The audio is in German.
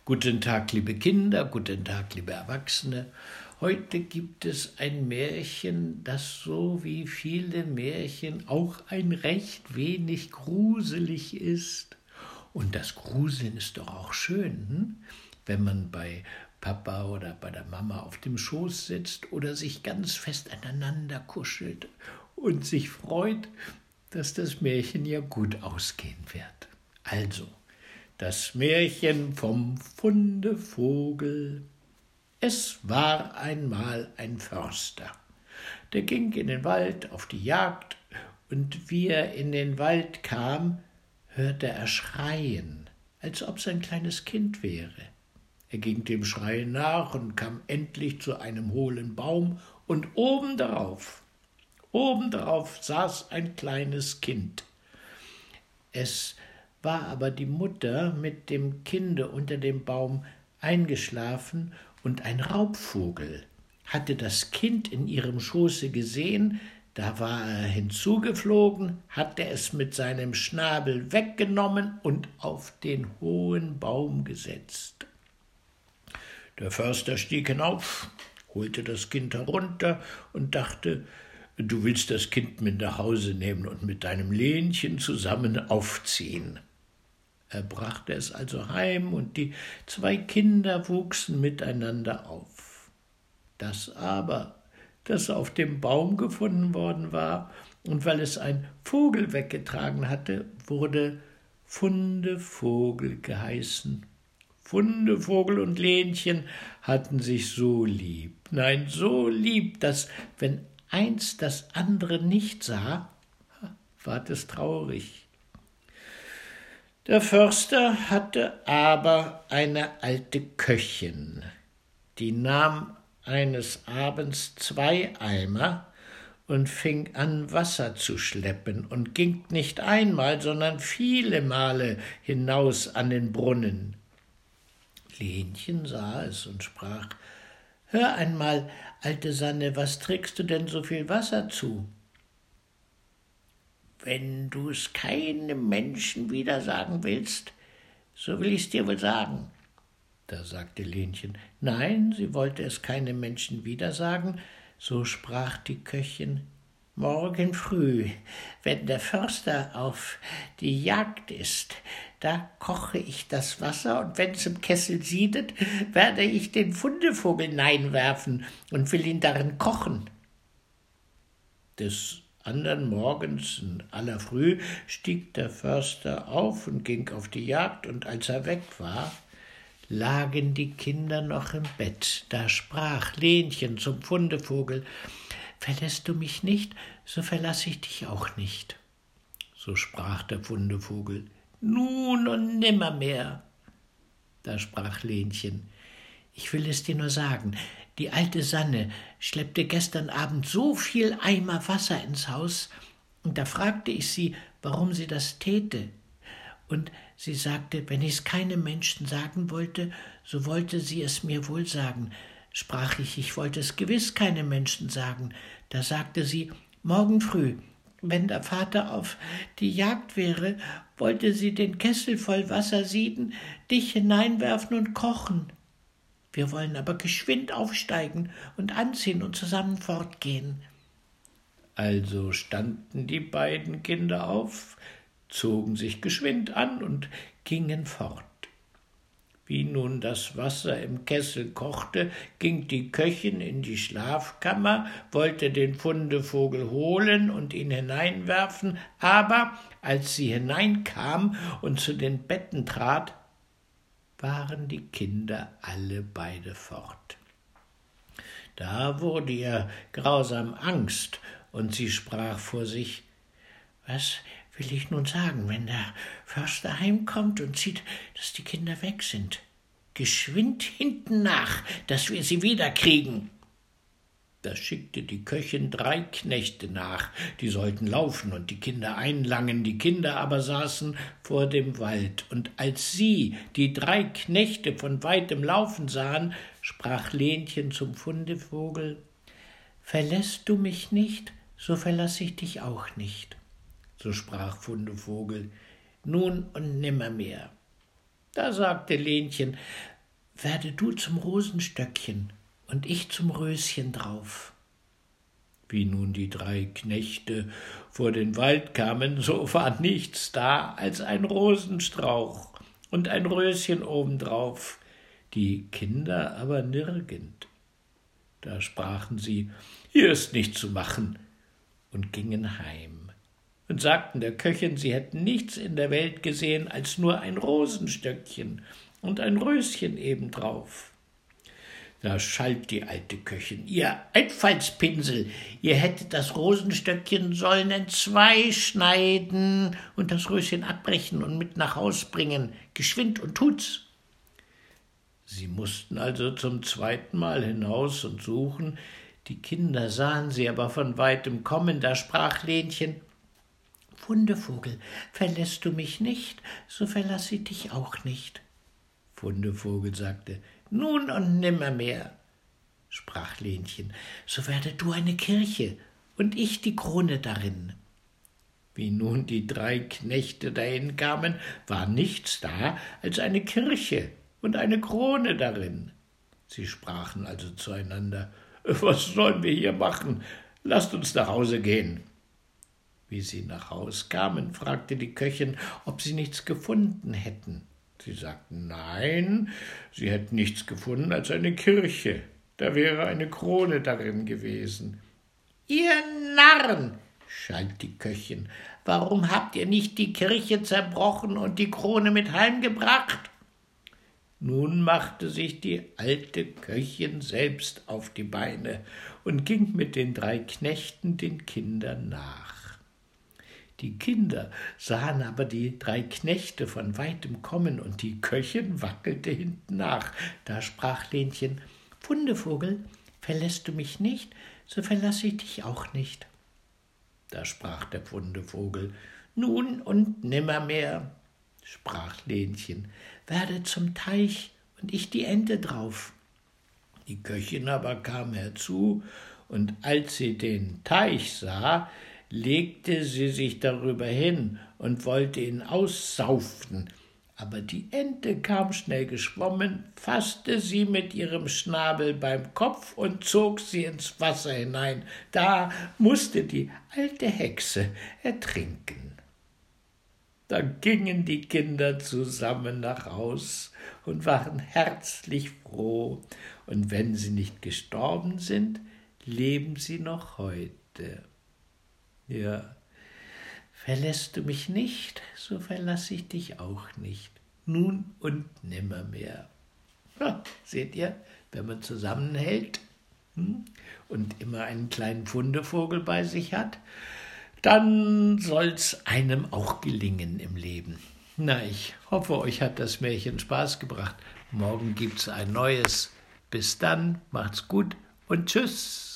Guten Tag, liebe Kinder, guten Tag, liebe Erwachsene. Heute gibt es ein Märchen, das so wie viele Märchen auch ein recht wenig gruselig ist. Und das Gruseln ist doch auch schön, wenn man bei Papa oder bei der Mama auf dem Schoß sitzt oder sich ganz fest aneinander kuschelt und sich freut, dass das Märchen ja gut ausgehen wird. Also, das Märchen vom Fundevogel. Es war einmal ein Förster, der ging in den Wald auf die Jagd, und wie er in den Wald kam, hörte er Schreien, als ob es ein kleines Kind wäre. Er ging dem Schreien nach und kam endlich zu einem hohlen Baum, und obendrauf saß ein kleines Kind. Es war aber die Mutter mit dem Kinde unter dem Baum eingeschlafen, und ein Raubvogel hatte das Kind in ihrem Schoße gesehen. Da war er hinzugeflogen, hatte es mit seinem Schnabel weggenommen und auf den hohen Baum gesetzt. Der Förster stieg hinauf, holte das Kind herunter und dachte, du willst das Kind mit nach Hause nehmen und mit deinem Lenchen zusammen aufziehen. Er brachte es also heim, und die zwei Kinder wuchsen miteinander auf. Das aber, das auf dem Baum gefunden worden war, und weil es ein Vogel weggetragen hatte, wurde Fundevogel geheißen. Fundevogel und Lenchen hatten sich so lieb, nein, so lieb, dass, wenn eins das andere nicht sah, ward es traurig. Der Förster hatte aber eine alte Köchin, die nahm eines Abends 2 Eimer und fing an, Wasser zu schleppen und ging nicht einmal, sondern viele Male hinaus an den Brunnen. Lenchen sah es und sprach: »Hör einmal, alte Sanne, was trägst du denn so viel Wasser zu?« »Wenn du es keinem Menschen wieder sagen willst, so will ich's dir wohl sagen.« Da sagte Lenchen: »Nein, sie wollte es keinem Menschen wieder sagen.« So sprach die Köchin: »Morgen früh, wenn der Förster auf die Jagd ist, da koche ich das Wasser, und wenn's im Kessel siedet, werde ich den Fundevogel hineinwerfen und will ihn darin kochen.« Des andern Morgens in aller Früh stieg der Förster auf und ging auf die Jagd, und als er weg war, lagen die Kinder noch im Bett. Da sprach Lenchen zum Fundevogel: »Verlässt du mich nicht, so verlasse ich dich auch nicht.« So sprach der Fundevogel: »Nun und nimmermehr.« Da sprach Lenchen: »Ich will es dir nur sagen, die alte Sanne schleppte gestern Abend so viel Eimer Wasser ins Haus, und da fragte ich sie, warum sie das täte. Und sie sagte, wenn ich es keinem Menschen sagen wollte, so wollte sie es mir wohl sagen. Sprach ich, ich wollte es gewiss keinem Menschen sagen. Da sagte sie, morgen früh, wenn der Vater auf die Jagd wäre, wollte sie den Kessel voll Wasser sieden, dich hineinwerfen und kochen. Wir wollen aber geschwind aufsteigen und anziehen und zusammen fortgehen.« Also standen die beiden Kinder auf, zogen sich geschwind an und gingen fort. Wie nun das Wasser im Kessel kochte, ging die Köchin in die Schlafkammer, wollte den Fundevogel holen und ihn hineinwerfen, aber als sie hineinkam und zu den Betten trat, waren die Kinder alle beide fort. Da wurde ihr grausam Angst, und sie sprach vor sich: »Was will ich nun sagen, wenn der Förster heimkommt und sieht, dass die Kinder weg sind? Geschwind hinten nach, dass wir sie wiederkriegen.« Da schickte die Köchin 3 Knechte nach, die sollten laufen und die Kinder einlangen. Die Kinder aber saßen vor dem Wald, und als sie die 3 Knechte von weitem laufen sahen, sprach Lenchen zum Fundevogel: »Verlässt du mich nicht, so verlasse ich dich auch nicht.« So sprach Fundevogel: »Nun und nimmermehr.« Da sagte Lenchen: werde du zum Rosenstöckchen und ich zum Röschen drauf. Wie nun die 3 Knechte vor den Wald kamen, so war nichts da als ein Rosenstrauch und ein Röschen obendrauf, die Kinder aber nirgend. Da sprachen sie, hier ist nichts zu machen, und gingen heim und sagten der Köchin, sie hätten nichts in der Welt gesehen als nur ein Rosenstöckchen und ein Röschen ebendrauf. Da schalt die alte Köchin, ihr Einfallspinsel, ihr hättet das Rosenstöckchen sollen in 2 schneiden und das Röschen abbrechen und mit nach Haus bringen, geschwind und tut's. Sie mussten also zum 2. Mal hinaus und suchen, die Kinder sahen sie aber von weitem kommen, da sprach Lenchen, Fundevogel, verlässt du mich nicht, so verlass ich dich auch nicht. Fundevogel sagte, nun und nimmermehr. Sprach Lenchen, so werde du eine Kirche und ich die Krone darin. Wie nun die 3 Knechte dahin kamen, war nichts da als eine Kirche und eine Krone darin. Sie sprachen also zueinander, was sollen wir hier machen? Lasst uns nach Hause gehen. Wie sie nach Haus kamen, fragte die Köchin, ob sie nichts gefunden hätten. Sie sagten, nein, sie hätten nichts gefunden als eine Kirche. Da wäre eine Krone darin gewesen. Ihr Narren, schalt die Köchin, warum habt ihr nicht die Kirche zerbrochen und die Krone mit heimgebracht? Nun machte sich die alte Köchin selbst auf die Beine und ging mit den 3 Knechten den Kindern nach. Die Kinder sahen aber die 3 Knechte von weitem kommen, und die Köchin wackelte hinten nach. Da sprach Lenchen, Fundevogel, verlässt du mich nicht, so verlasse ich dich auch nicht. Da sprach der Fundevogel, nun und nimmermehr. Sprach Lenchen, werde zum Teich und ich die Ente drauf. Die Köchin aber kam herzu, und als sie den Teich sah, legte sie sich darüber hin und wollte ihn aussaufen, aber die Ente kam schnell geschwommen, fasste sie mit ihrem Schnabel beim Kopf und zog sie ins Wasser hinein. Da musste die alte Hexe ertrinken. Da gingen die Kinder zusammen nach Haus und waren herzlich froh, und wenn sie nicht gestorben sind, leben sie noch heute. Ja, verlässt du mich nicht, so verlasse ich dich auch nicht, nun und nimmermehr. Ja, seht ihr, wenn man zusammenhält und immer einen kleinen Fundevogel bei sich hat, dann soll's einem auch gelingen im Leben. Na, ich hoffe, euch hat das Märchen Spaß gebracht. Morgen gibt's ein neues. Bis dann, macht's gut und tschüss.